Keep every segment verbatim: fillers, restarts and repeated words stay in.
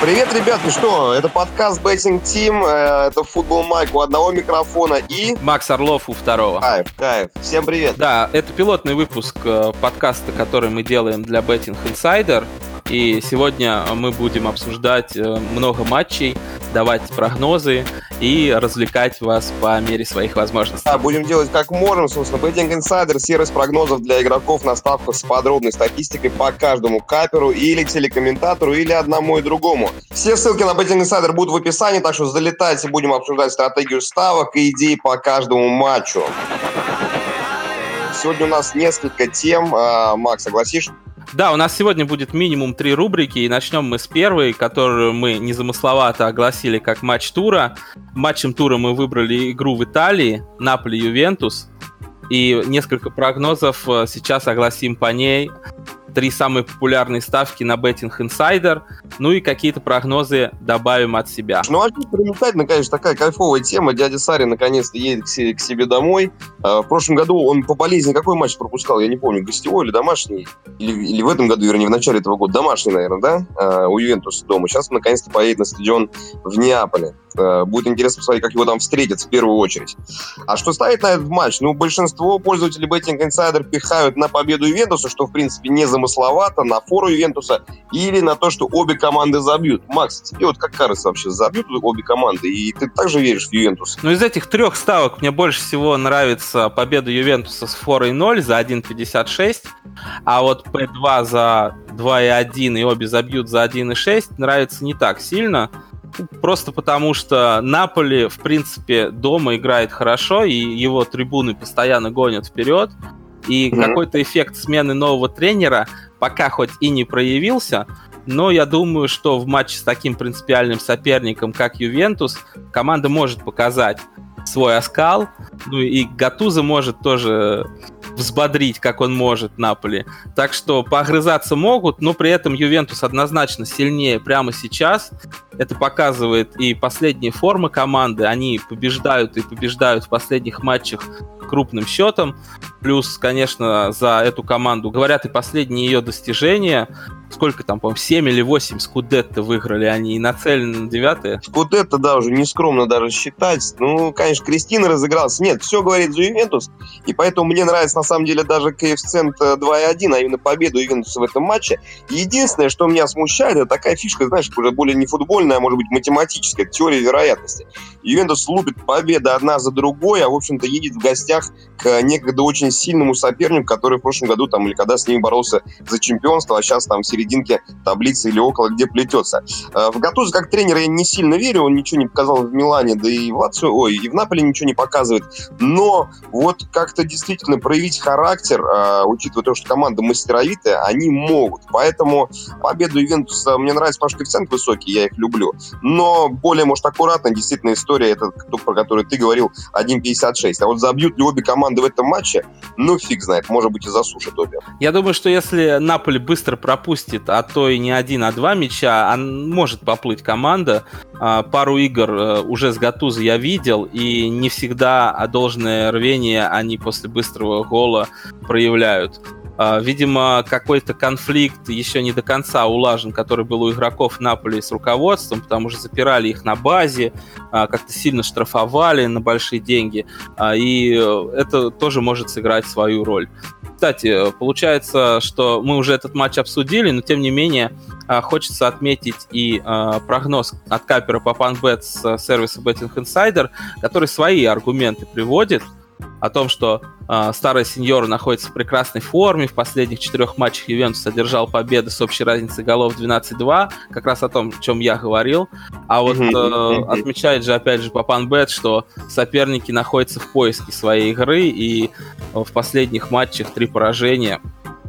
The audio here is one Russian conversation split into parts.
Привет, ребят, ну что, это подкаст Betting Team, это футбол Майк у одного микрофона и... Макс Орлов у второго. Кайф, кайф. Всем привет. Да, это пилотный выпуск подкаста, который мы делаем для Betting Insider. И сегодня мы будем обсуждать много матчей, давать прогнозы и развлекать вас по мере своих возможностей. Да, будем делать как можем. Собственно, Betting Insider — сервис прогнозов для игроков на ставках с подробной статистикой по каждому каперу или телекомментатору, или одному и другому. Все ссылки на Betting Insider будут в описании, так что залетайте, будем обсуждать стратегию ставок и идеи по каждому матчу. Сегодня у нас несколько тем. Макс, согласишься? Да, у нас сегодня будет минимум три рубрики, и начнем мы с первой, которую мы незамысловато огласили как матч тура. Матчем тура мы выбрали игру в Италии, Наполи-Ювентус, и несколько прогнозов сейчас огласим по ней. Три самые популярные ставки на Betting Insider, ну и какие-то прогнозы добавим от себя. Ну, а примечательно, конечно, такая кайфовая тема. Дядя Сари наконец-то едет к себе, к себе домой. В прошлом году он по болезни какой матч пропускал, я не помню, гостевой или домашний? Или, или в этом году, вернее, в начале этого года. Домашний, наверное, да? У Ювентуса дома. Сейчас он наконец-то поедет на стадион в Неаполе. Будет интересно посмотреть, как его там встретят в первую очередь. А что ставить на этот матч? Ну, большинство пользователей Betting Insider пихают на победу Ювентуса, что, в принципе, не замысловато, на фору Ювентуса, или на то, что обе команды забьют. Макс, тебе вот как кажется вообще, забьют обе команды? И ты также веришь в Ювентус? Ну, из этих трех ставок мне больше всего нравится победа Ювентуса с форой ноль за один пятьдесят шесть, а вот пэ два за два и один и обе забьют за один и шесть нравится не так сильно. Просто потому, что Наполи, в принципе, дома играет хорошо, и его трибуны постоянно гонят вперед. И mm-hmm. какой-то эффект смены нового тренера пока хоть и не проявился, но я думаю, что в матче с таким принципиальным соперником, как Ювентус, команда может показать свой оскал. Ну и Гаттузо может тоже взбодрить, как он может, Наполи. Так что поогрызаться могут, но при этом Ювентус однозначно сильнее прямо сейчас. Это показывает и последние формы команды. Они побеждают и побеждают в последних матчах крупным счетом. Плюс, конечно, за эту команду говорят и последние ее достижения. Сколько там, по-моему, семь или восемь скудетто выиграли они и нацелены на девятое. Скудетто, да, уже нескромно даже считать. Ну, конечно, Кристина разыгрался. Нет, все говорит за Ювентус. И поэтому мне нравится, на самом деле, даже коэффициент два и один, а именно победу Ювентуса в этом матче. Единственное, что меня смущает, это такая фишка, знаешь, уже более не футбольная, а может быть математическая, теория вероятности. Ювентус лупит победы одна за другой, а, в общем-то, едет в гостях к некогда очень сильному сопернику, который в прошлом году там или когда с ними боролся за чемпионство, а сейчас там в серединке таблицы или около где плетется. В Гаттузо как тренера я не сильно верю, он ничего не показал в Милане, да и в Лацио, ой, и в Наполе ничего не показывает. Но вот как-то действительно проявить характер, учитывая то, что команда мастеровитая, они могут. Поэтому победу Ювентуса мне нравится, потому что коэффициент высокий, я их люблю. Но более, может, аккуратно, действительно, история, это про которую ты говорил, один пятьдесят шесть. А вот забьют ли обе команды в этом матче, ну, фиг знает, может быть, и засушат обе. Я думаю, что если Наполи быстро пропустит, а то и не один, а два мяча, может поплыть команда. Пару игр уже с Гаттузо я видел, и не всегда должное рвение они после быстрого гола проявляют. Видимо, какой-то конфликт еще не до конца улажен, который был у игроков Наполи с руководством, потому что запирали их на базе, как-то сильно штрафовали на большие деньги, и это тоже может сыграть свою роль. Кстати, получается, что мы уже этот матч обсудили, но тем не менее хочется отметить и прогноз от капера PapanBet с сервиса Betting Insider, который свои аргументы приводит о том, что э, старый сеньор находится в прекрасной форме. В последних четырех матчах Ювентус одержал победы с общей разницей голов двенадцать два. Как раз о том, о чем я говорил. А вот э, отмечает же, опять же, PapanBet, что соперники находятся в поиске своей игры. И в последних матчах три поражения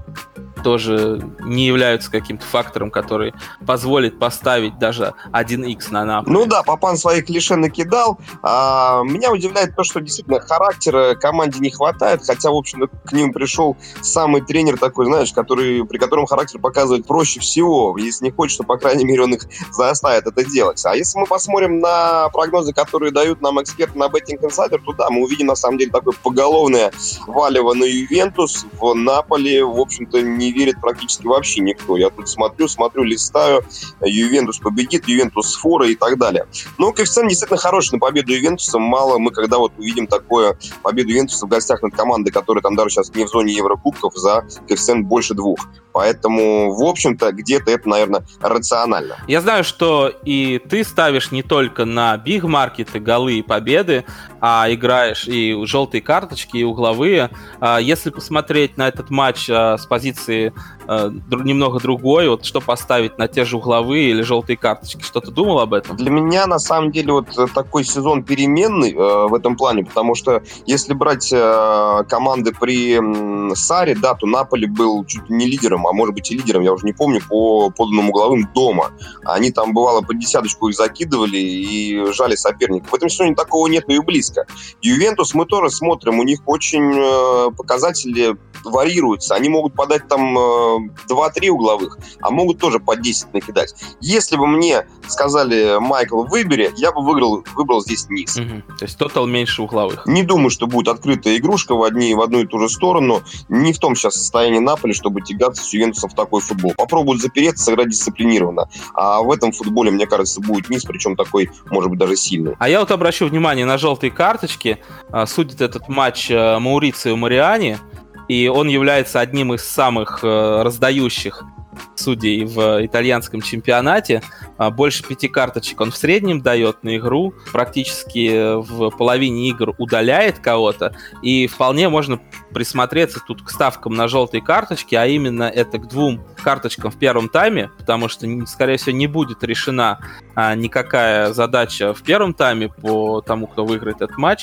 тоже не являются каким-то фактором, который позволит поставить даже один икс на Наполи. Ну да, Папан своих клише накидал. А, меня удивляет то, что действительно характера команде не хватает, хотя, в общем-то, к ним пришел самый тренер такой, знаешь, который, при котором характер показывать проще всего. Если не хочешь, то, по крайней мере, он их заставит это делать. А если мы посмотрим на прогнозы, которые дают нам эксперты на Betting Insider, то да, мы увидим, на самом деле, такое поголовное валево на Ювентус. В Наполи, в общем-то, не не верит практически вообще никто. Я тут смотрю, смотрю, листаю, Ювентус победит, Ювентус с форой и так далее. Но коэффициент действительно хороший на победу Ювентуса. Мало мы, когда вот увидим такое победу Ювентуса в гостях над командой, которая там даже сейчас не в зоне Еврокубков, за коэффициент больше двух. Поэтому, в общем-то, где-то это, наверное, рационально. Я знаю, что и ты ставишь не только на биг-маркеты, голы и победы, а играешь и желтые карточки, и угловые. Если посмотреть на этот матч с позиции немного другой, вот что поставить на те же угловые или желтые карточки? Что ты думал об этом? Для меня, на самом деле, вот такой сезон переменный э, в этом плане, потому что если брать э, команды при э, Саре, да, то Наполи был чуть не лидером, а может быть и лидером, я уже не помню, по поданным угловым дома. Они там, бывало, по десяточку их закидывали и жали соперника. В этом сезоне такого нету и близко. Ювентус мы тоже смотрим, у них очень э, показатели варьируются. Они могут подать там э, два-три угловых, а могут тоже по десять накидать. Если бы мне сказали, Майкл, выбери, я бы выиграл, выбрал здесь низ. Угу. То есть тотал меньше угловых. Не думаю, что будет открытая игрушка в, одни, в одну и ту же сторону. Не в том сейчас состоянии Наполи, чтобы тягаться с Ювентусом в такой футбол. Попробуют запереться, сыграть дисциплинированно. А в этом футболе, мне кажется, будет низ, причем такой, может быть, даже сильный. А я вот обращу внимание на желтые карточки. Судит этот матч Маурицио Мариани, и он является одним из самых раздающих судей в итальянском чемпионате. Больше пяти карточек он в среднем дает на игру, практически в половине игр удаляет кого-то, и вполне можно присмотреться тут к ставкам на желтые карточки, а именно это к двум карточкам в первом тайме, потому что, скорее всего, не будет решена никакая задача в первом тайме по тому, кто выиграет этот матч.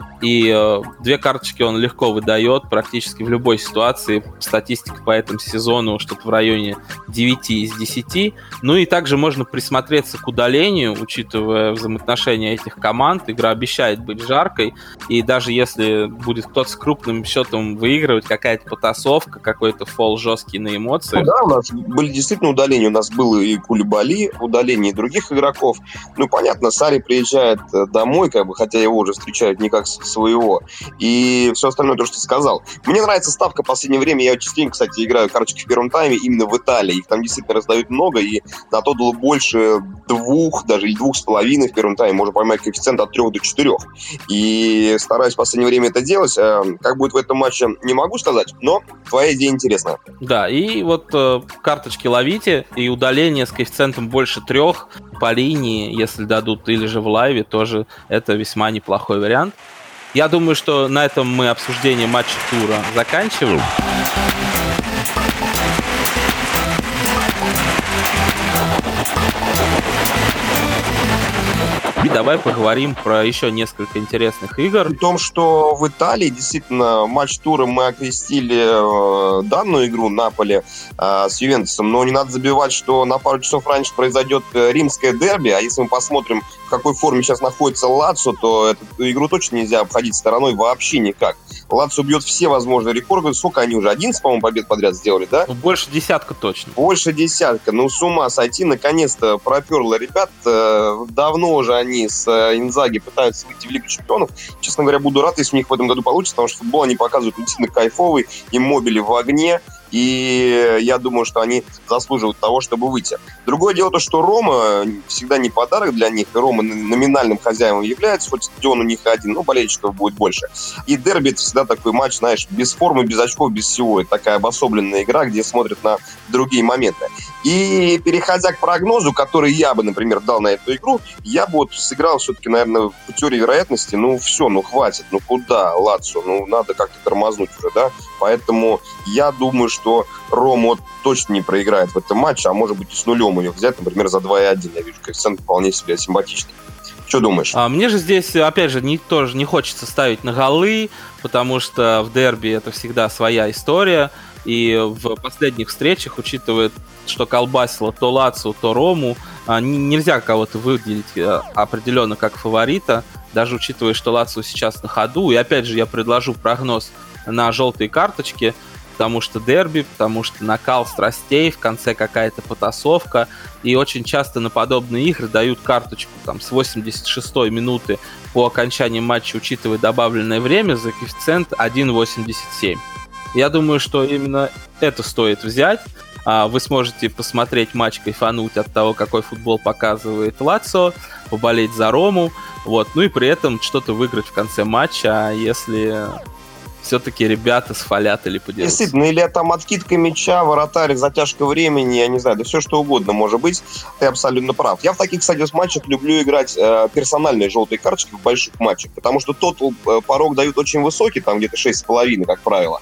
И э, две карточки он легко выдает практически в любой ситуации. Статистика по этому сезону что-то в районе девяти из десяти. Ну и также можно присмотреться к удалению, учитывая взаимоотношения этих команд. Игра обещает быть жаркой. И даже если будет кто-то с крупным счетом выигрывать, какая-то потасовка, какой-то фол жесткий на эмоциях. Ну да, у нас были действительно удаления. У нас было и Кулибали, удаление других игроков. Ну, понятно, Сарри приезжает домой, как бы, хотя его уже встречают не как своего. И все остальное, то, что ты сказал. Мне нравится ставка в последнее время. Я частенько, кстати, играю карточки в первом тайме именно в Италии. Их там действительно раздают много, и на то было больше двух, даже или двух с половиной в первом тайме. Можно поймать коэффициент от трех до четырех. И стараюсь в последнее время это делать. Как будет в этом матче, не могу сказать, но твоя идея интересная. Да, и вот э, карточки ловите, и удаление с коэффициентом больше трех по линии, если дадут, или же в лайве, тоже это весьма неплохой вариант. Я думаю, что на этом мы обсуждение матча тура заканчиваем. И давай поговорим про еще несколько интересных игр. При том, что в Италии действительно матч тура мы окрестили э, данную игру Наполи э, с Ювентусом, но не надо забывать, что на пару часов раньше произойдет римское дерби, а если мы посмотрим, в какой форме сейчас находится Лацио, то эту игру точно нельзя обходить стороной вообще никак. Лацио бьет все возможные рекорды. Сколько они уже? одиннадцать, по-моему, побед подряд сделали, да? Больше десятка точно. Больше десятка. Ну, с ума сойти. Наконец-то проперло ребят. Давно уже они с Инзаги пытаются выйти в Лигу чемпионов. Честно говоря, буду рад, если у них в этом году получится, потому что футбол они показывают действительно кайфовый, Иммобили в огне. И я думаю, что они заслуживают того, чтобы выйти. Другое дело то, что Рома всегда не подарок для них. Рома номинальным хозяином является, хоть стадион у них один, но болельщиков будет больше. И дерби — это всегда такой матч, знаешь, без формы, без очков, без всего. Это такая обособленная игра, где смотрят на другие моменты. И переходя к прогнозу, который я бы, например, дал на эту игру, я бы вот сыграл все-таки, наверное, по теории вероятности, ну все, ну хватит, ну куда, Лацио, ну надо как-то тормознуть уже, да? Поэтому я думаю, что Рома вот точно не проиграет в этом матче, а может быть и с нулем ее взять, например, за два и один. Я вижу коэффициент вполне себе симпатичный. Что думаешь? А мне же здесь, опять же, не, тоже не хочется ставить на голы, потому что в дерби это всегда своя история. И в последних встречах, учитывая, что колбасило то Лацио, то Рому, нельзя кого-то выделить определенно как фаворита, даже учитывая, что Лацио сейчас на ходу. И опять же, я предложу прогноз на желтые карточки, потому что дерби, потому что накал страстей, в конце какая-то потасовка, и очень часто на подобные игры дают карточку там с восемьдесят шестой минуты по окончании матча, учитывая добавленное время, за коэффициент один восемьдесят семь. Я думаю, что именно это стоит взять. Вы сможете посмотреть матч, кайфануть от того, какой футбол показывает Лацио, поболеть за Рому, вот, ну и при этом что-то выиграть в конце матча, если все-таки ребята сфалят или подерутся. Действительно, или там откидка мяча, вратарь, затяжка времени, я не знаю, да все что угодно может быть, ты абсолютно прав. Я в таких, кстати, матчах люблю играть э, персональные желтые карточки в больших матчах, потому что тот э, порог дают очень высокий, там где-то шесть с половиной, как правило,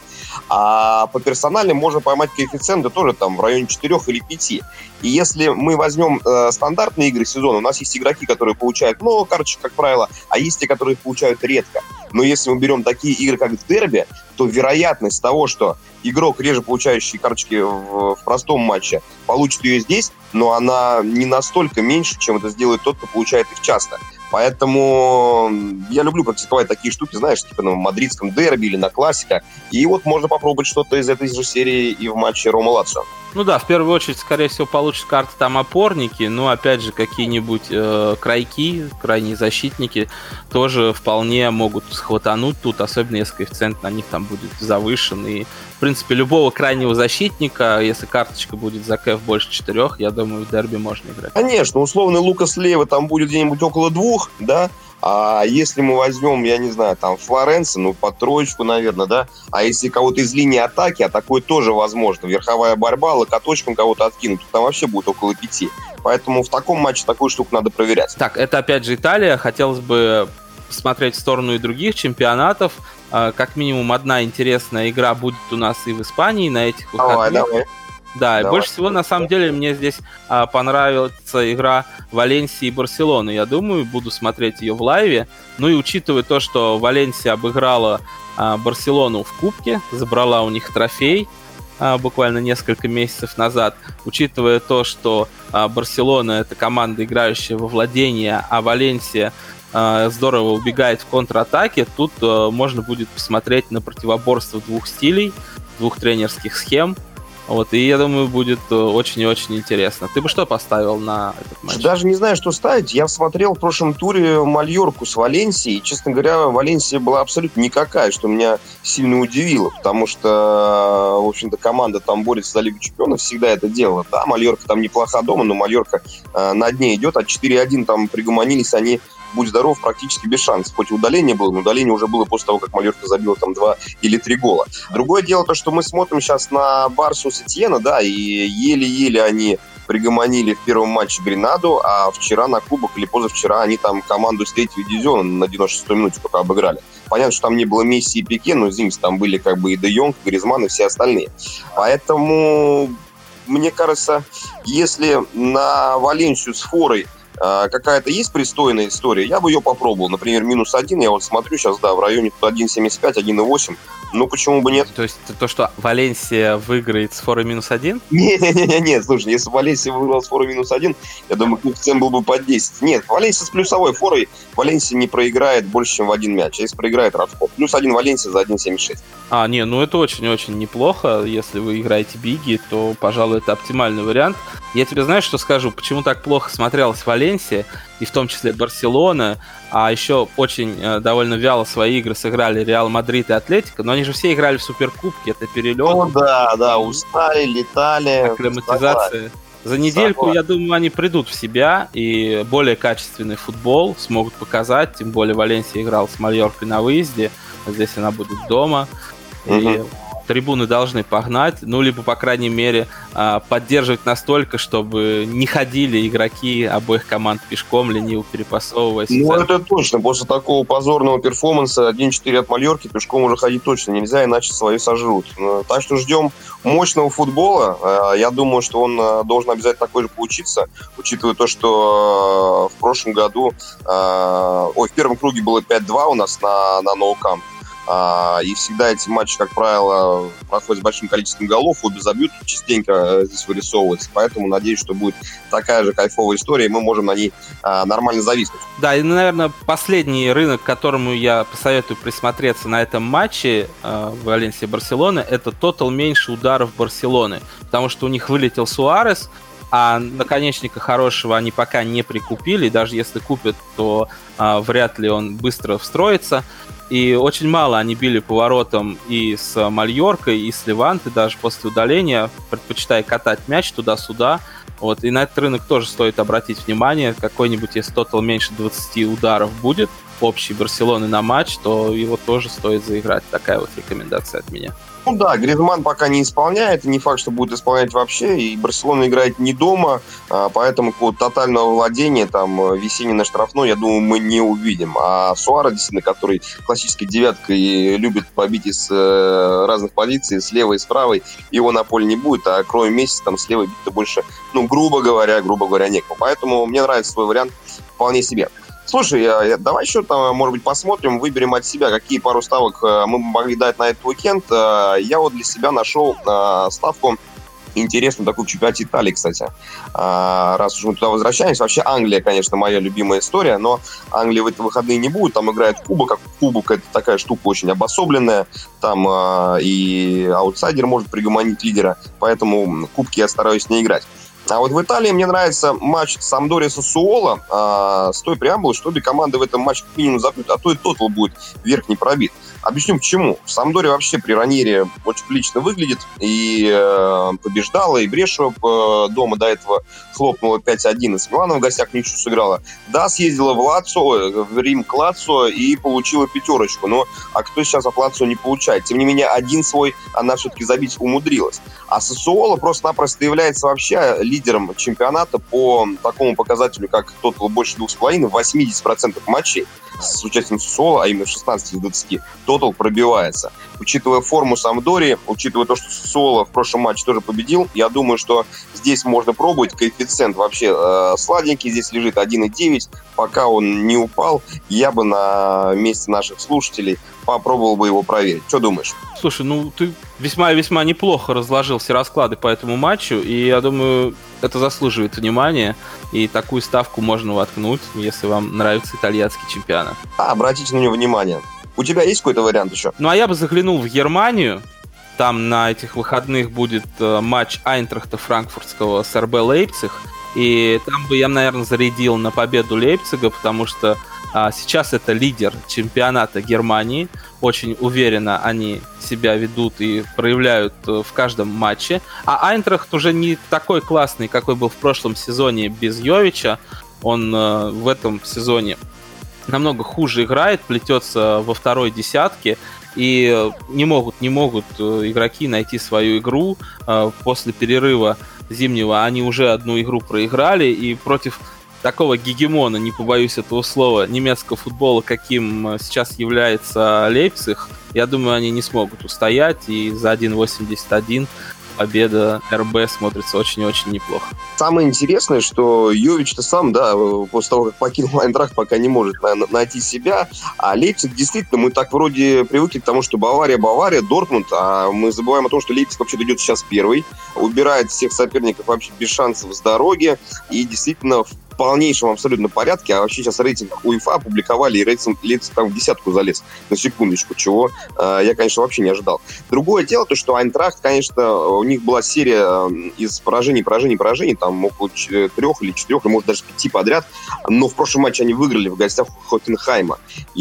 а по персональным можно поймать коэффициенты тоже там в районе четырех или пяти. И если мы возьмем э, стандартные игры сезона, у нас есть игроки, которые получают много карточек, как правило, а есть те, которые получают редко. Но если мы берем такие игры, как дерби, то вероятность того, что игрок, реже получающий карточки в, в простом матче, получит ее здесь, но она не настолько меньше, чем это сделает тот, кто получает их часто. Поэтому я люблю практиковать такие штуки, знаешь, типа на мадридском дерби или на классика. И вот можно попробовать что-то из этой же серии и в матче Рома-Лацио. Ну да, в первую очередь, скорее всего, получат карты там опорники, но опять же какие-нибудь э, крайки, крайние защитники тоже вполне могут схватануть тут, особенно если коэффициент на них там будет завышен. И, в принципе, любого крайнего защитника, если карточка будет за кэф больше четырех, я думаю, в дерби можно играть. Конечно, условный Лукас Лейва там будет где-нибудь около двух, да, а если мы возьмем, я не знаю, там, Флоренци, ну, по троечку, наверное, да, а если кого-то из линии атаки, а такое тоже возможно, верховая борьба, локоточком кого-то откинуть, то там вообще будет около пяти. Поэтому в таком матче такую штуку надо проверять. Так, это опять же Италия, хотелось бы посмотреть в сторону и других чемпионатов. Как минимум одна интересная игра будет у нас и в Испании на этих выходных. Давай, давай. Да, Давай. И больше всего, на самом деле, мне здесь а, понравилась игра Валенсии и Барселоны. Я думаю, буду смотреть ее в лайве. Ну и учитывая то, что Валенсия обыграла а, Барселону в Кубке, забрала у них трофей а, буквально несколько месяцев назад, учитывая то, что а, Барселона — это команда, играющая во владение, а Валенсия а, здорово убегает в контратаке, тут а, можно будет посмотреть на противоборство двух стилей, двух тренерских схем. Вот, и я думаю, будет очень и очень интересно. Ты бы что поставил на этот матч? Даже не знаю, что ставить. Я смотрел в прошлом туре Мальорку с Валенсией. И, честно говоря, Валенсия была абсолютно никакая, что меня сильно удивило, потому что, в общем-то, команда там борется за Лигу Чемпионов, всегда это делала. Да, Мальорка там неплоха дома, но Мальорка э, на дне идет, а четыре один там пригомонились они, будь здоров, практически без шансов. Хоть и удаление было, но удаление уже было после того, как Мальорка забила там два или три гола. Другое дело то, что мы смотрим сейчас на Барсу Сетьена, да, и еле-еле они пригомонили в первом матче Гренаду, а вчера на кубок или позавчера они там команду с третьего дивизиона на девяносто шестой минуте только обыграли. Понятно, что там не было Месси и Пике, но, извините, там были как бы и Де Йонг, и Гризман, и все остальные. Поэтому, мне кажется, если на Валенсию с форой какая-то есть пристойная история, я бы ее попробовал. Например, минус один, я вот смотрю сейчас, да, в районе один семьдесят пять, один восемь. Ну, почему бы нет? То есть то, что Валенсия выиграет с форой минус один? Не-не-не, слушай, если Валенсия выиграл с форой минус один, я думаю, коэффициент был бы под десять. Нет, Валенсия с плюсовой форой, Валенсия не проиграет больше, чем в один мяч. А если проиграет, Радфо. Плюс один Валенсия за один семьдесят шесть. А, не, ну это очень-очень неплохо. Если вы играете биги, то, пожалуй, это оптимальный вариант. Я тебе знаешь, что скажу? Почему так плохо смотрелась Валенсия, и в том числе Барселона, а еще очень э, довольно вяло свои игры сыграли Реал Мадрид и Атлетико, но они же все играли в Суперкубке, это перелет. Ну да, да, устали, летали. Акклиматизация. За недельку, Согласен. Я думаю, они придут в себя и более качественный футбол смогут показать, тем более Валенсия играл с Мальоркой на выезде, а здесь она будет дома. Угу. И трибуны должны погнать, ну, либо, по крайней мере, поддерживать настолько, чтобы не ходили игроки обоих команд пешком, лениво перепасовываясь. Ну, это точно. После такого позорного перформанса один четыре от Мальорки пешком уже ходить точно нельзя, иначе свои сожрут. Так что ждем мощного футбола. Я думаю, что он должен обязательно такой же получиться, учитывая то, что в прошлом году, ой, в первом круге было пять-два у нас на, на No Camp. А, и всегда эти матчи, как правило, проходят с большим количеством голов, обе забьют, частенько здесь вырисовывается, поэтому надеюсь, что будет такая же кайфовая история, и мы можем на ней а, нормально зависнуть. Да, и, наверное, последний рынок, к которому я посоветую присмотреться на этом матче э, Валенсия-Барселона, это тотал меньше ударов Барселоны, потому что у них вылетел Суарес, а наконечника хорошего они пока не прикупили, даже если купят, то а, вряд ли он быстро встроится. И очень мало они били поворотом и с Мальоркой, и с Леванте, даже после удаления, предпочитая катать мяч туда-сюда. Вот, и на этот рынок тоже стоит обратить внимание. Какой-нибудь, если тотал меньше двадцати ударов будет общий Барселоны на матч, то его тоже стоит заиграть. Такая вот рекомендация от меня. Ну да, Гризманн пока не исполняет, не факт, что будет исполнять вообще, и Барселона играет не дома, поэтому какого-то тотального владения, там, весенней на штрафной, я думаю, мы не увидим. А Суарес, действительно, который классической девяткой любит побить из разных позиций, слева и с правой, его на поле не будет, а кроме Месси там слева бить-то больше, ну, грубо говоря, грубо говоря, некому. Поэтому мне нравится свой вариант вполне себе. Слушай, давай еще там, может быть, посмотрим, выберем от себя, какие пару ставок мы могли дать на этот уикенд. Я вот для себя нашел ставку интересную такую в чемпионате Италии, кстати. Раз уж мы туда возвращаемся. Вообще Англия, конечно, моя любимая история, но Англии в эти выходные не будет. Там играет кубок, как кубок, это такая штука очень обособленная. Там и аутсайдер может пригуманить лидера, поэтому кубки я стараюсь не играть. А вот в Италии мне нравится матч Сампдория-Сассуоло а, с той преамбулой, что обе команды в этом матче как минимум забьют, а то и тотал будет верхний пробит. Объясню почему. Сампдория вообще при Раньере очень прилично выглядит и э, побеждала, и Брешо э, дома до этого хлопнула пять один, и с Миланом в гостях ничего сыграла. Да, съездила в Лацио, в Рим к Лацио и получила пятерочку. Но а кто сейчас от Лацио не получает? Тем не менее, один свой она все-таки забить умудрилась. А Сассуоло просто-напросто является вообще лидером чемпионата по такому показателю, как тотал больше двух с половиной, в восемьдесят процентов матчей с участием Сассуоло, а именно в шестнадцать из двадцати, тотал пробивается. Учитывая форму Сампдории, учитывая то, что Сассуоло в прошлом матче тоже победил, я думаю, что здесь можно пробовать. Коэффициент вообще э, сладенький, здесь лежит один и девять. Пока он не упал, я бы на месте наших слушателей попробовал бы его проверить. Что думаешь? Слушай, ну ты весьма-весьма неплохо разложил все расклады по этому матчу, и я думаю, это заслуживает внимания, и такую ставку можно воткнуть, если вам нравится итальянский чемпионат. А, обратите на него внимание. У тебя есть какой-то вариант еще? Ну, а я бы заглянул в Германию. Там на этих выходных будет э, матч Айнтрахта франкфуртского с эр бэ Лейпциг. И там бы я, наверное, зарядил на победу Лейпцига, потому что а, сейчас это лидер чемпионата Германии. Очень уверенно они себя ведут и проявляют в каждом матче. А Айнтрахт уже не такой классный, какой был в прошлом сезоне без Йовича. Он э, в этом сезоне намного хуже играет, плетется во второй десятке. И не могут, не могут игроки найти свою игру. После перерыва зимнего они уже одну игру проиграли. И против такого гегемона, не побоюсь этого слова, немецкого футбола, каким сейчас является Лейпциг, я думаю, они не смогут устоять. И за один восемьдесят один победа эр бэ смотрится очень-очень неплохо. Самое интересное, что Йович-то сам, да, после того, как покинул Айнтрахт, пока не может на- найти себя, а Лейпциг, действительно, мы так вроде привыкли к тому, что Бавария, Бавария, Дортмунд, а мы забываем о том, что Лейпциг вообще-то идет сейчас первый, убирает всех соперников вообще без шансов с дороги, и действительно в полнейшем абсолютно порядке, а вообще сейчас рейтинг УЕФА опубликовали, и рейтинг Лейпциг там в десятку залез, на секундочку, чего э, я, конечно, вообще не ожидал. Другое дело, то, что Айнтрахт, конечно, у них была серия из поражений, поражений, поражений, там около трех или четырех, или, может, даже пяти подряд, но в прошлом матче они выиграли в гостях у Хофенхайма.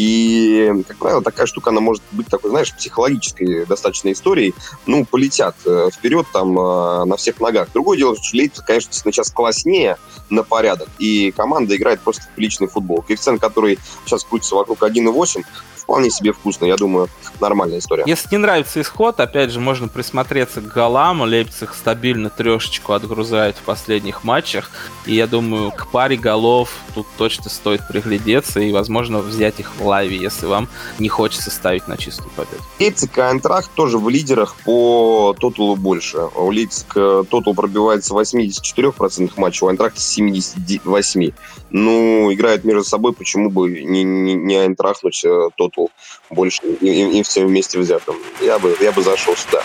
И, как правило, такая штука, она может быть такой, знаешь, психологической достаточно историей, ну, полетят э, вперед там э, на всех ногах. Другое дело, что Лейпциг, конечно, сейчас класснее на порядок, и команда играет просто в приличный футбол. Коэффициент, который сейчас крутится вокруг один и восемь, вполне себе вкусно. Я думаю, нормальная история. Если не нравится исход, опять же, можно присмотреться к голам. Лейпциг стабильно трешечку отгрузает в последних матчах. И я думаю, к паре голов тут точно стоит приглядеться и, возможно, взять их в лайве, если вам не хочется ставить на чистую победу. Лейпциг и Айнтрахт тоже в лидерах по тоталу больше. У Лейпцига тотал пробивается в восемьдесят четыре процента матчей, у Айнтрахта семьдесят восемь процентов. Ну, играют между собой, почему бы не, не, не Айнтрахнуть тотал больше и, и, и все вместе взятым. Я бы, я бы зашел сюда.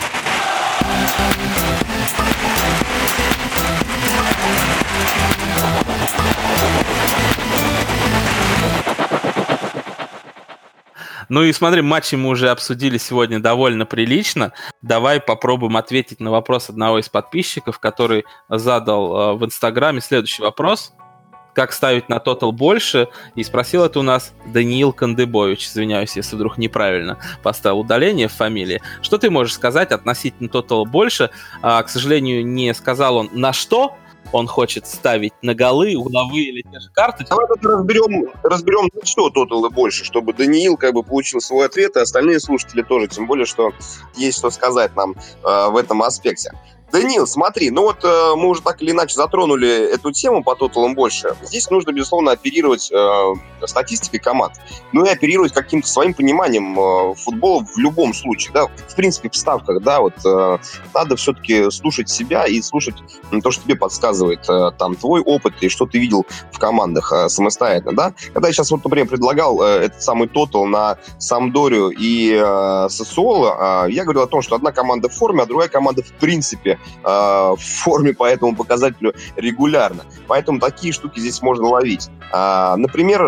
Ну и смотри, матчи мы уже обсудили сегодня довольно прилично. Давай попробуем ответить на вопрос одного из подписчиков, который задал э, в Инстаграме следующий вопрос. как ставить на тотал больше, и спросил это у нас Даниил Кандыбович. Извиняюсь, если вдруг неправильно поставил удаление в фамилии. Что ты можешь сказать относительно тотала больше? А, к сожалению, не сказал он, на что он хочет ставить, на голы, угловые или те же карты. Давай тут разберем, разберем, что тоталы больше, чтобы Даниил как бы получил свой ответ, и остальные слушатели тоже, тем более, что есть что сказать нам э, в этом аспекте. Даниил, смотри, ну вот э, мы уже так или иначе затронули эту тему по тоталам больше. Здесь нужно, безусловно, оперировать э, статистикой команд, ну и оперировать каким-то своим пониманием э, футбола в любом случае, да, в принципе, в ставках, да, вот э, надо все-таки слушать себя и слушать э, то, что тебе подсказывает э, там твой опыт и что ты видел в командах э, самостоятельно, да. Когда я сейчас, вот, например, предлагал э, этот самый тотал на Самдорию и э, Сассуоло, э, я говорил о том, что одна команда в форме, а другая команда в принципе в форме по этому показателю регулярно. Поэтому такие штуки здесь можно ловить. Например,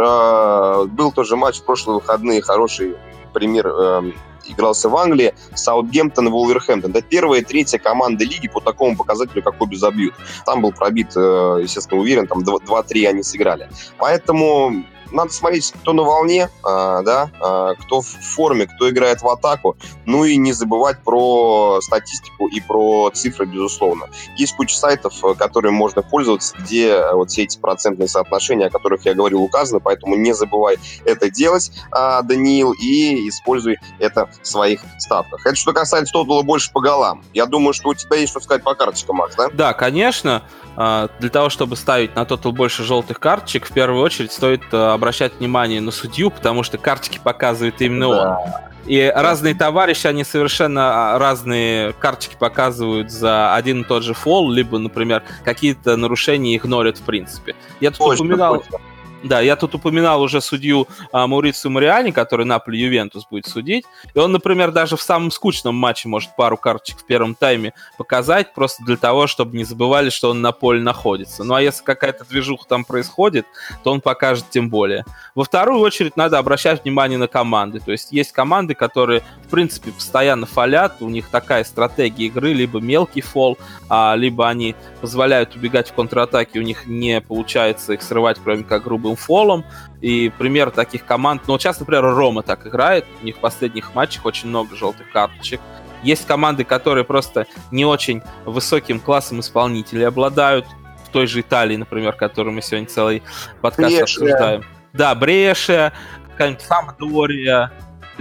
был тоже матч в прошлые выходные, хороший пример, игрался в Англии, Саутгемптон и Вулверхэмптон. Это первая и третья команда лиги по такому показателю, как обе забьют. Там был пробит, естественно, уверен, там два-три они сыграли. Поэтому надо смотреть, кто на волне, а, да, а, кто в форме, кто играет в атаку, ну и не забывать про статистику и про цифры, безусловно. Есть куча сайтов, которыми можно пользоваться, где вот все эти процентные соотношения, о которых я говорил, указаны, поэтому не забывай это делать, а, Даниил, и используй это в своих ставках. Это что касается тотала больше по голам. Я думаю, что у тебя есть что сказать по карточкам, Макс, да? Да, конечно. Для того, чтобы ставить на тотал больше желтых карточек, в первую очередь стоит обращать внимание на судью, потому что карточки показывает именно да. он. И да. разные товарищи, они совершенно разные карточки показывают за один и тот же фол, либо, например, какие-то нарушения игнорят в принципе. Я тут точно, упоминал... Точно. Да, я тут упоминал уже судью а, Маурицию Мариани, который Наполи-Ювентус будет судить. И он, например, даже в самом скучном матче может пару карточек в первом тайме показать, просто для того, чтобы не забывали, что он на поле находится. Ну а если какая-то движуха там происходит, то он покажет тем более. Во вторую очередь надо обращать внимание на команды. То есть есть команды, которые, в принципе, постоянно фолят, у них такая стратегия игры, либо мелкий фол, а, либо они позволяют убегать в контратаке, у них не получается их срывать, кроме как грубым фолом. И пример таких команд, ну, вот сейчас, например, Рома так играет, у них в последних матчах очень много желтых карточек. Есть команды, которые просто не очень высоким классом исполнителей обладают, в той же Италии, например, которую мы сегодня целый подкаст Брешия. обсуждаем. Да, Брешия, какая-нибудь Самдория,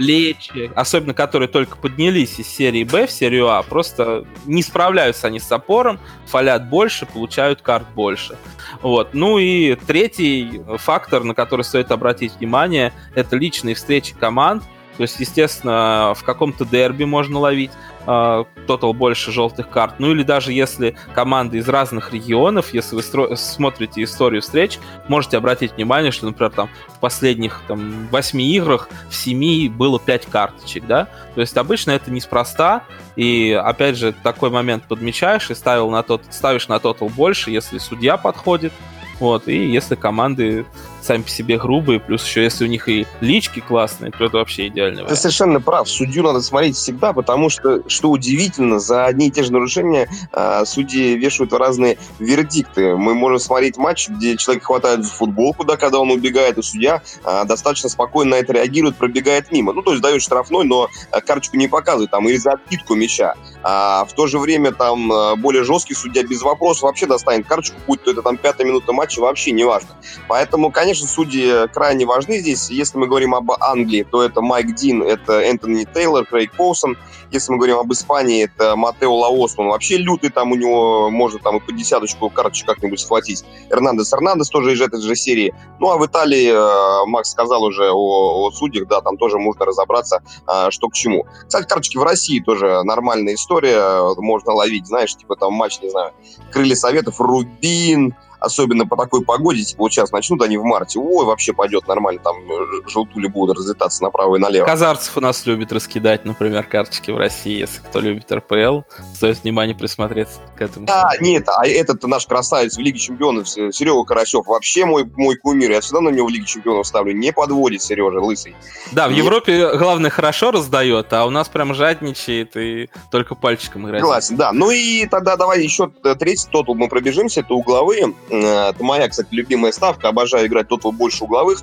Лечи, особенно которые только поднялись из серии Б в серию А, просто не справляются они с опором, фолят больше, получают карт больше. Вот. Ну и третий фактор, на который стоит обратить внимание, это личные встречи команд. То есть, естественно, в каком-то дерби можно ловить тотал больше желтых карт. Ну или даже если команды из разных регионов, если вы стро- смотрите историю встреч, можете обратить внимание, что, например, там в последних там, восьми играх в семи было пять карточек, да? То есть обычно это неспроста, и опять же такой момент подмечаешь и ставил на тот, ставишь на тотал больше, если судья подходит, вот, и если команды сами по себе грубые, плюс еще если у них и лички классные, то это вообще идеально. Ты совершенно прав. Судью надо смотреть всегда, потому что, что удивительно, за одни и те же нарушения э, судьи вешают разные вердикты. Мы можем смотреть матч, где человек хватает за футболку, да, когда он убегает, и судья э, достаточно спокойно на это реагирует, пробегает мимо. Ну, то есть дает штрафной, но карточку не показывает, там, или за откидку мяча. А в то же время там более жесткий судья без вопросов вообще достанет карточку, будь то это там пятая минута матча, вообще не важно. Поэтому, конечно, Конечно, судьи крайне важны здесь. Если мы говорим об Англии, то это Майк Дин, это Энтони Тейлор, Крейг Поусон. Если мы говорим об Испании, это Матео Лаос, он вообще лютый, там у него можно там и по десяточку карточек как-нибудь схватить. Эрнандес Эрнандес тоже из этой же серии. Ну, а в Италии, Макс сказал уже о, о судьях, да, там тоже можно разобраться, что к чему. Кстати, карточки в России тоже нормальная история, можно ловить, знаешь, типа там матч, не знаю, Крылья Советов, Рубин, особенно по такой погоде, типа вот сейчас начнут они в марте, ой, вообще пойдет нормально, там желтули будут разлетаться направо и налево. Казарцев у нас любит раскидать, например, карточки в России, если кто любит эр пэ эл, стоит внимание присмотреться к этому. А, нет, а этот наш красавец в Лиге Чемпионов, Серега Карасев, вообще мой, мой кумир, я всегда на него в Лиге Чемпионов ставлю, не подводит Сережа, лысый. Да, в нет. Европе, главное, хорошо раздает, а у нас прям жадничает и только пальчиком играет. Согласен, да. Ну и тогда давай еще третий тотал мы пробежимся, это угловые. Это моя, кстати, любимая ставка. Обожаю играть тотал больше угловых.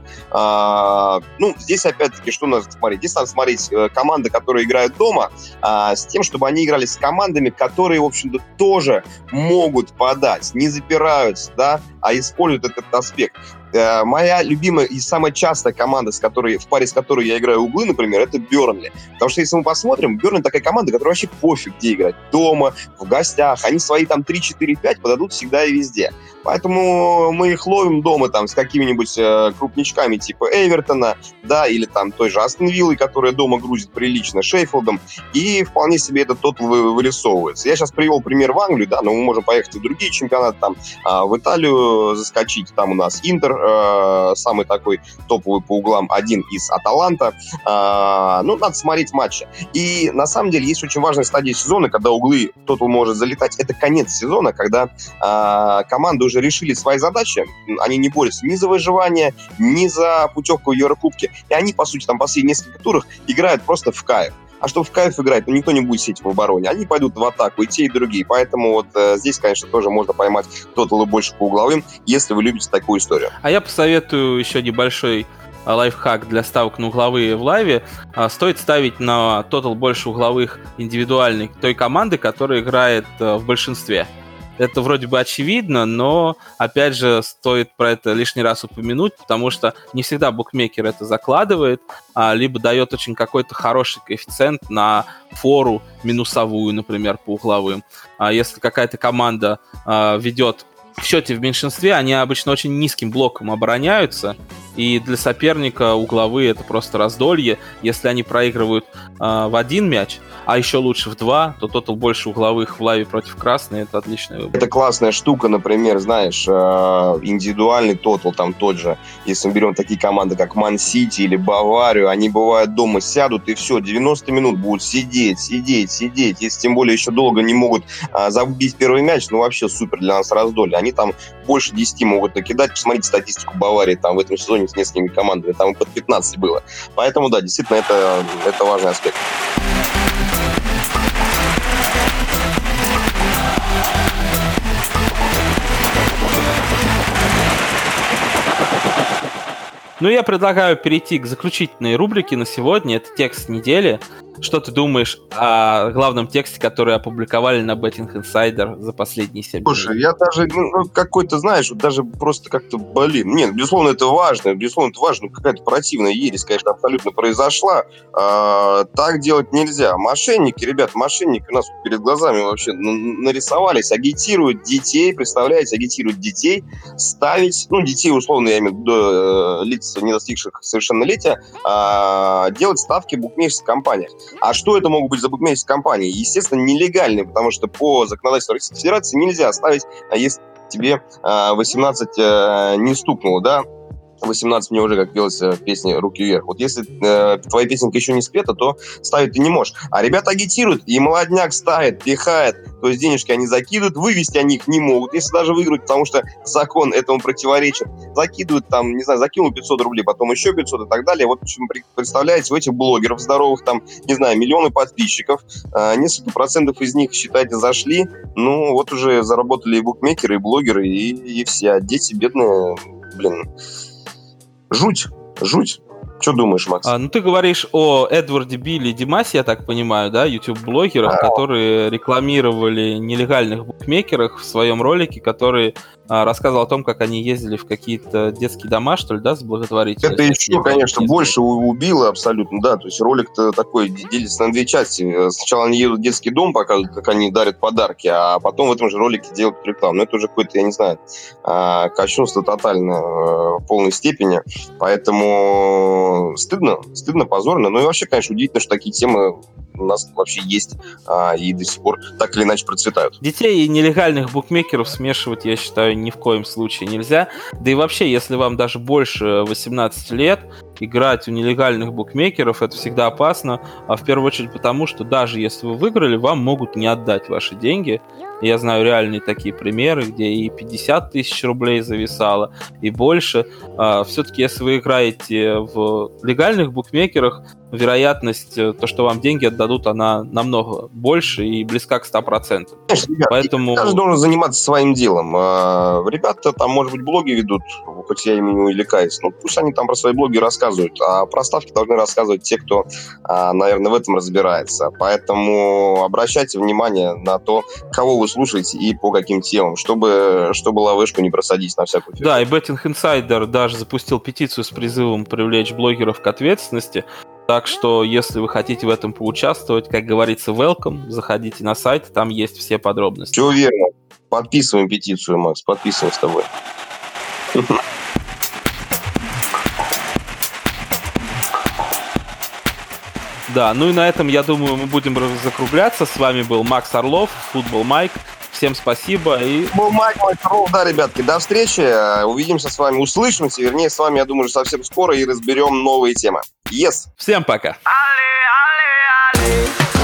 А, ну, здесь, опять-таки, что надо смотреть? Здесь надо смотреть команды, которые играют дома, а, с тем, чтобы они играли с командами, которые, в общем-то, тоже могут подать, не запираются, да, а используют этот аспект. Моя любимая и самая частая команда, с которой, в паре с которой я играю углы, например, это Бернли. Потому что если мы посмотрим, Бернли такая команда, которая вообще пофиг, где играть. Дома, в гостях. Они свои там три четыре пять подадут всегда и везде. Поэтому мы их ловим дома там с какими-нибудь э, крупничками типа Эвертона, да, или там той же Астон Виллой, которая дома грузит прилично, Шеффилдом, и вполне себе этот тотал вы, вырисовывается. Я сейчас привел пример в Англию, да, но мы можем поехать в другие чемпионаты, там, э, в Италию заскочить, там у нас Интер, э, самый такой топовый по углам, один из Аталанта. Э, ну, надо смотреть матчи. И на самом деле есть очень важная стадия сезона, когда углы тотал может залетать. Это конец сезона, когда э, команда уже решили свои задачи, они не борются ни за выживание, ни за путевку в Еврокубке, и они, по сути, там последние несколько турах играют просто в кайф. А чтобы в кайф играть, ну, никто не будет сидеть в обороне. Они пойдут в атаку, и те, и другие. Поэтому вот э, здесь, конечно, тоже можно поймать тоталы больше по угловым, если вы любите такую историю. А я посоветую еще небольшой лайфхак для ставок на угловые в лайве. Стоит ставить на тотал больше угловых индивидуальных той команды, которая играет в большинстве. Это вроде бы очевидно, но, опять же, стоит про это лишний раз упомянуть, потому что не всегда букмекер это закладывает, а, либо дает очень какой-то хороший коэффициент на фору минусовую, например, по угловым. А если какая-то команда а, ведет в счете в меньшинстве, они обычно очень низким блоком обороняются, и для соперника угловые это просто раздолье. Если они проигрывают э, в один мяч, а еще лучше в два, то тотал больше угловых в лайве против красной — это отличный выбор. Это классная штука, например, знаешь, э, индивидуальный тотал там тот же. Если мы берем такие команды, как Ман-Сити или Баварию, они бывают дома сядут, и все, девяносто минут будут сидеть, сидеть, сидеть. Если тем более еще долго не могут э, забить первый мяч, ну вообще супер для нас раздолье. Они там больше десяти могут накидать. Посмотрите статистику Баварии там в этом сезоне с несколькими командами, там и под пятнадцать было. Поэтому, да, действительно, это, это важный аспект. Ну, я предлагаю перейти к заключительной рубрике на сегодня. Это текст недели. Что ты думаешь о главном тексте, который опубликовали на Betting Insider за последние семь дней? Слушай, я даже, ну, какой-то, знаешь, вот даже просто как-то, блин, нет, безусловно, это важно, безусловно, это важно, какая-то противная ересь, конечно, абсолютно произошла. А, так делать нельзя. Мошенники, ребят, мошенники у нас перед глазами вообще нарисовались, агитируют детей, представляете, агитируют детей ставить, ну, детей, условно, я имею в виду, лиц, не достигших совершеннолетия, а, делать ставки в букмекерских компаниях. А что это могут быть за букмекерские компании? Естественно, нелегальные, потому что по законодательству Российской Федерации нельзя ставить, если тебе восемнадцать не стукнуло, да? восемнадцать мне уже, как пелось в песне «Руки вверх». Вот если э, твоя песенка еще не спета, то ставить ты не можешь. А ребята агитируют, и молодняк ставит, пихает, то есть денежки они закидывают, вывести они их не могут, если даже выиграют, потому что закон этому противоречит. Закидывают там, не знаю, закинул пятьсот рублей, потом еще пятьсот и так далее. Вот представляете, у этих блогеров здоровых там, не знаю, миллионы подписчиков, э, несколько процентов из них, считайте, зашли, ну вот уже заработали и букмекеры, и блогеры, и, и все. А дети бедные, блин... Жуть, жуть. Что думаешь, Макс? А, ну, ты говоришь о Эдварде Билли и Димасе, я так понимаю, да, YouTube-блогерах, а... которые рекламировали нелегальных букмекерах в своем ролике, который а, рассказывал о том, как они ездили в какие-то детские дома, что ли, да, с благотворительностью. Это еще, конечно, больше убило абсолютно, да, то есть ролик-то такой делится на две части. Сначала они едут в детский дом, показывают, как они дарят подарки, а потом в этом же ролике делают рекламу. Ну, это уже какое-то, я не знаю, кощунство тотальное в полной степени, поэтому стыдно, стыдно, позорно. Ну и вообще, конечно, удивительно, что такие темы у нас вообще есть а, и до сих пор так или иначе процветают. Детей и нелегальных букмекеров смешивать, я считаю, ни в коем случае нельзя. Да и вообще, если вам даже больше восемнадцати лет, играть у нелегальных букмекеров — это всегда опасно, а в первую очередь потому, что даже если вы выиграли, вам могут не отдать ваши деньги. Я знаю реальные такие примеры, где и пятьдесят тысяч рублей зависало, и больше. Все-таки, если вы играете в легальных букмекерах, вероятность, то, что вам деньги отдадут, она намного больше и близка к ста процентам. Конечно, ребят, Поэтому... каждый должен заниматься своим делом. Ребята там, может быть, блоги ведут, хоть я ими не увлекаюсь, но пусть они там про свои блоги рассказывают, а про ставки должны рассказывать те, кто, наверное, в этом разбирается. Поэтому обращайте внимание на то, кого вы слушаете и по каким темам, чтобы, чтобы ловышку не просадить на всякую фигню. Да, и Betting Insider даже запустил петицию с призывом привлечь блогеров к ответственности. Так что, если вы хотите в этом поучаствовать, как говорится, welcome, заходите на сайт, там есть все подробности. Все верно. Подписываем петицию, Макс, подписываем с тобой. Да, ну и на этом, я думаю, мы будем закругляться. С вами был Макс Орлов, Футбол Майк. Всем спасибо. И... Футбол Майк, Макс Орлов, да, ребятки, до встречи. Увидимся с вами, услышимся, вернее, с вами, я думаю, уже совсем скоро и разберем новые темы. Yes! Всем пока! Ale, ale, ale.